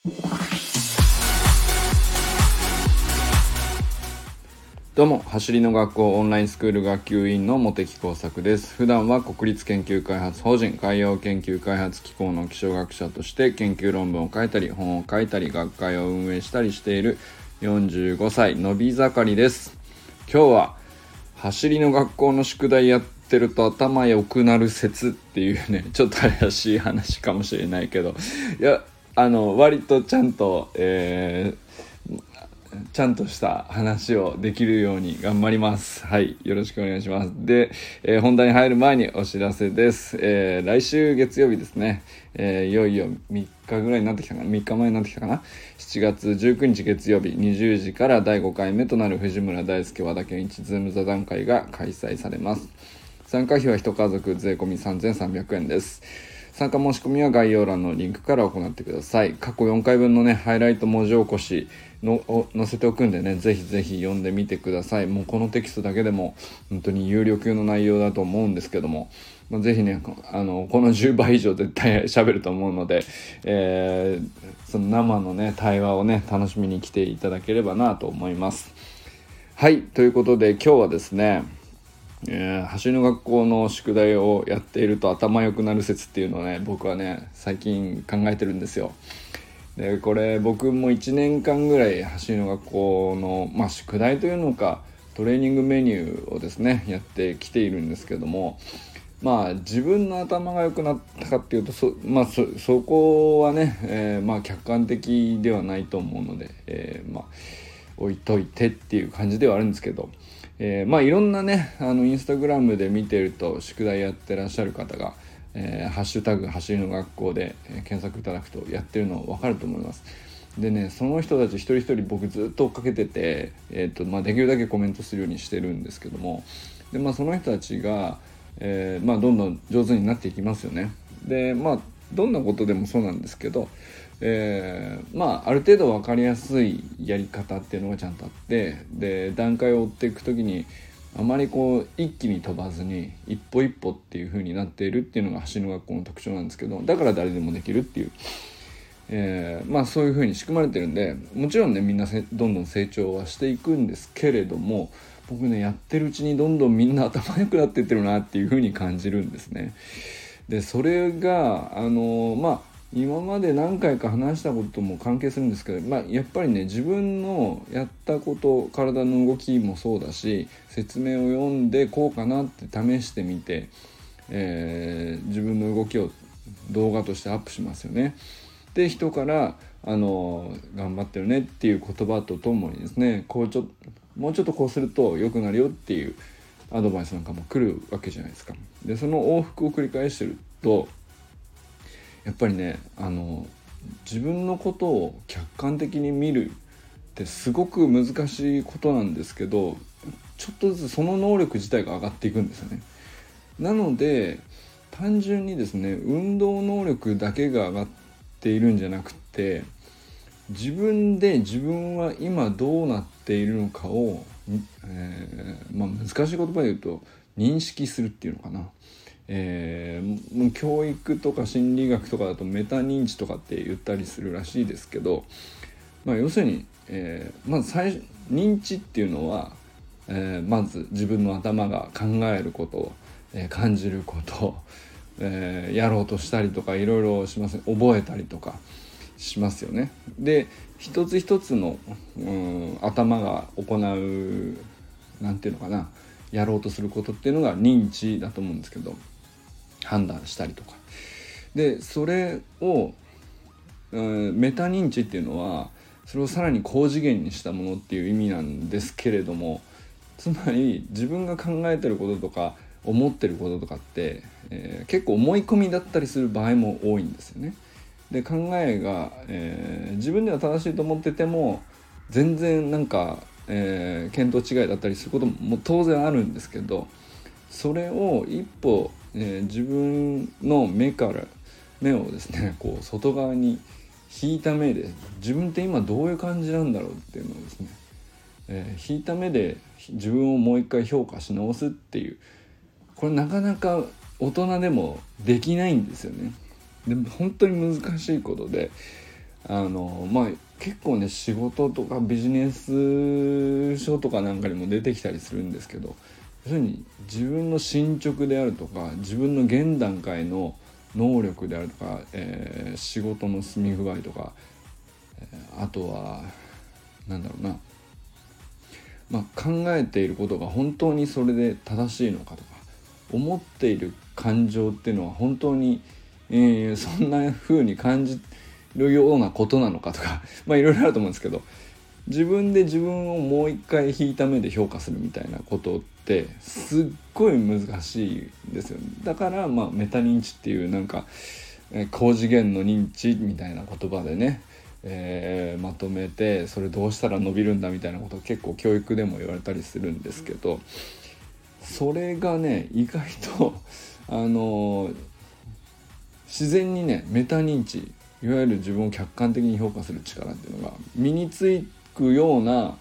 どうも、走りの学校オンラインスクール学級委員の茂木耕作です。普段は国立研究開発法人海洋研究開発機構の気象学者として研究論文を書いたり本を書いたり学会を運営したりしている45歳のび盛りです。今日は走りの学校の宿題やってると頭良くなる説っていうね、ちょっと怪しい話かもしれないけど、いや割とちゃんとちゃんとした話をできるように頑張ります。はい、よろしくお願いします。で、本題に入る前にお知らせです。来週月曜日ですね、いよいよ3日ぐらいになってきたかな、3日前になってきたかな、7月19日月曜日20時から第5回目となる藤村大輔和田健一ズーム座談会が開催されます。参加費は1家族税込み3300円です。参加申し込みは概要欄のリンクから行ってください。過去4回分のねハイライト文字起こしを載せておくんでね、ぜひぜひ読んでみてください。もうこのテキストだけでも本当に有料級の内容だと思うんですけども、ぜひねこの10倍以上絶対喋ると思うので、その生のね対話をね楽しみに来ていただければなと思います。はい、ということで今日はですね、走りの学校の宿題をやっていると頭良くなる説っていうのをね、僕はね最近考えてるんですよ。でこれ僕も1年間ぐらい走りの学校の、宿題というのかトレーニングメニューをですねやってきているんですけども、自分の頭が良くなったかっていうとそこはね、客観的ではないと思うので、置いといてっていう感じではあるんですけど、いろんなねインスタグラムで見てると宿題やってらっしゃる方が、ハッシュタグ走りの学校で、検索いただくとやってるの分かると思います。でね、その人たち一人一人僕ずっと追っかけてて、できるだけコメントするようにしてるんですけども、でその人たちが、どんどん上手になっていきますよね。でどんなことでもそうなんですけど、ある程度分かりやすいやり方っていうのがちゃんとあって、で段階を追っていくときにあまり一気に飛ばずに一歩一歩っていう風になっているっていうのが走りの学校の特徴なんですけど、だから誰でもできるっていう、そういう風に仕組まれてるんで、もちろんねみんなどんどん成長はしていくんですけれども、僕ねやってるうちにどんどんみんな頭良くなっていってるなっていう風に感じるんですね。でそれが今まで何回か話したことも関係するんですけど、やっぱりね自分のやったこと、体の動きもそうだし、説明を読んでこうかなって試してみて、自分の動きを動画としてアップしますよね。で人から頑張ってるねっていう言葉とともにですね、もうちょっとこうすると良くなるよっていうアドバイスなんかも来るわけじゃないですか。でその往復を繰り返してるとやっぱりね自分のことを客観的に見るってすごく難しいことなんですけど、ちょっとずつその能力自体が上がっていくんですよね。なので単純にですね運動能力だけが上がっているんじゃなくて、自分は今どうなっているのかを、難しい言葉で言うと認識するっていうのかな。教育とか心理学とかだとメタ認知とかって言ったりするらしいですけど、要するに、まず認知っていうのは、まず自分の頭が考えること、感じること、やろうとしたりとかいろいろします。覚えたりとかしますよね。で一つ一つの、頭が行うなんていうのかな、やろうとすることっていうのが認知だと思うんですけど、判断したりとかで、それを、メタ認知っていうのはそれをさらに高次元にしたものっていう意味なんですけれども、つまり自分が考えてることとか思ってることとかって、結構思い込みだったりする場合も多いんですよね。で考えが、自分では正しいと思ってても全然なんか、見当違いだったりすることも当然あるんですけど、それを一歩、自分の目をですねこう外側に引いた目で、自分って今どういう感じなんだろうっていうのをですね、引いた目で自分をもう一回評価し直すっていう、これなかなか大人でもできないんですよね。でも本当に難しいことで、 結構ね仕事とかビジネス書とかなんかにも出てきたりするんですけど、要するに自分の進捗であるとか自分の現段階の能力であるとか、仕事の進み具合とか、あとはなんだろうな、考えていることが本当にそれで正しいのかとか、思っている感情っていうのは本当に、そんな風に感じるようなことなのかとかいろいろあると思うんですけど、自分で自分をもう一回引いた目で評価するみたいなことってすっごい難しいんですよね。だからメタ認知っていう高次元の認知みたいな言葉でね、まとめて、それどうしたら伸びるんだみたいなことを結構教育でも言われたりするんですけど、それがね意外と自然にねメタ認知、いわゆる自分を客観的に評価する力っていうのが身につくような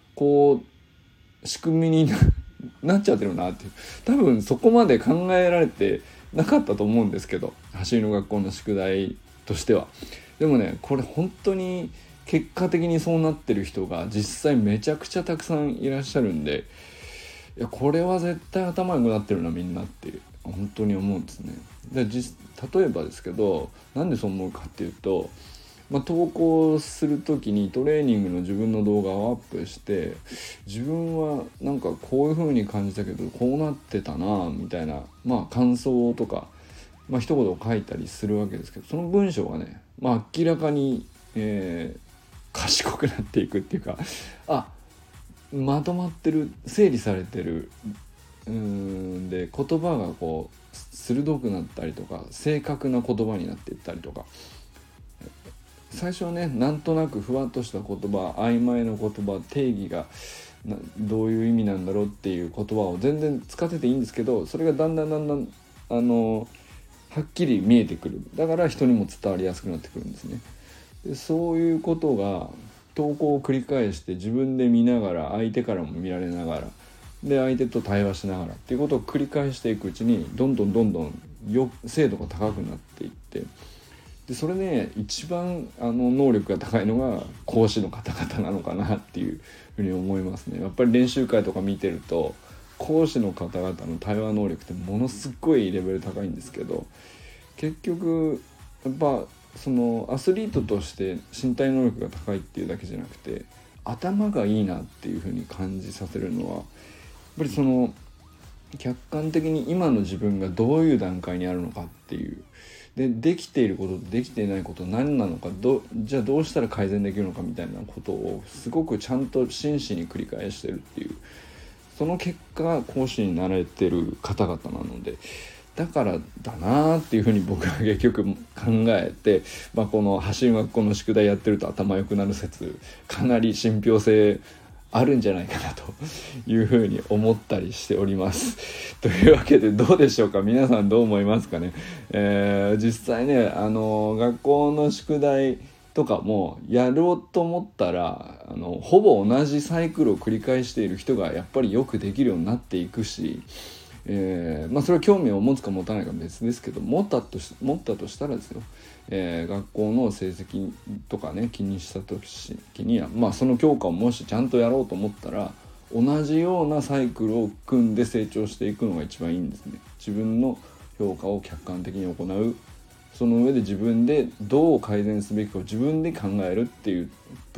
仕組みになっちゃってるなっていう、多分そこまで考えられてなかったと思うんですけど、走りの学校の宿題としては。でもねこれ本当に結果的にそうなってる人が実際めちゃくちゃたくさんいらっしゃるんで、いやこれは絶対頭良くなってるなみんなって本当に思うんですね。で例えばですけど、なんでそう思うかっていうと、投稿する時にトレーニングの自分の動画をアップして、自分はなんかこういう風に感じたけどこうなってたなみたいな、感想とか、一言書いたりするわけですけど、その文章がね、明らかに、賢くなっていくっていうか、まとまってる、整理されてる、で言葉が鋭くなったりとか正確な言葉になっていったりとか、最初はねなんとなくふわっとした言葉、曖昧な言葉、定義がどういう意味なんだろうっていう言葉を全然使ってていいんですけど、それがだんだんはっきり見えてくる。だから人にも伝わりやすくなってくるんですね。でそういうことが投稿を繰り返して自分で見ながら、相手からも見られながら、で相手と対話しながらっていうことを繰り返していくうちにどんどん精度が高くなっていって、でそれね一番能力が高いのが講師の方々なのかなっていうふうに思いますね。やっぱり練習会とか見てると講師の方々の対話能力ってものすごいレベル高いんですけど、結局やっぱそのアスリートとして身体能力が高いっていうだけじゃなくて、頭がいいなっていうふうに感じさせるのはやっぱりその客観的に今の自分がどういう段階にあるのかっていう、できていることとできていないこと何なのか、じゃあどうしたら改善できるのかみたいなことをすごくちゃんと真摯に繰り返してるっていう、その結果講師になれてる方々なので、だからだなっていうふうに僕は結局考えて、この走り学校の宿題やってると頭良くなる説、かなり信憑性あるんじゃないかなというふうに思ったりしておりますというわけでどうでしょうか、皆さんどう思いますかね。実際ね学校の宿題とかもやろうと思ったらほぼ同じサイクルを繰り返している人がやっぱりよくできるようになっていくし、それは興味を持つか持たないか別ですけど、持ったとしたらですよ、学校の成績とかね気にした時には、その教科をもしちゃんとやろうと思ったら同じようなサイクルを組んで成長していくのが一番いいんですね。自分の評価を客観的に行う、その上で自分でどう改善すべきかを自分で考えるっていう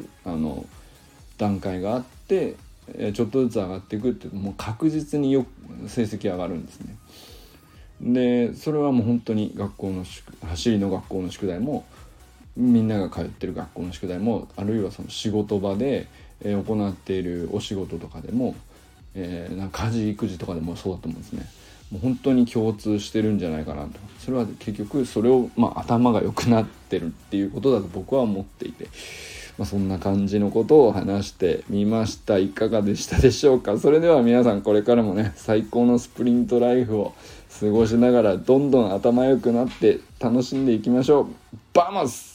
段階があって、ちょっとずつ上がっていくっていう、もう確実に成績上がるんですね。でそれはもう本当に走りの学校の宿題も、みんなが通ってる学校の宿題も、あるいはその仕事場で行っているお仕事とかでも、なんか家事育児とかでもそうだと思うんですね。もう本当に共通してるんじゃないかなと。それは結局それを、頭が良くなってるっていうことだと僕は思っていて、そんな感じのことを話してみました。いかがでしたでしょうか。それでは皆さんこれからもね最高のスプリントライフを過ごしながらどんどん頭良くなって楽しんでいきましょう。バモス。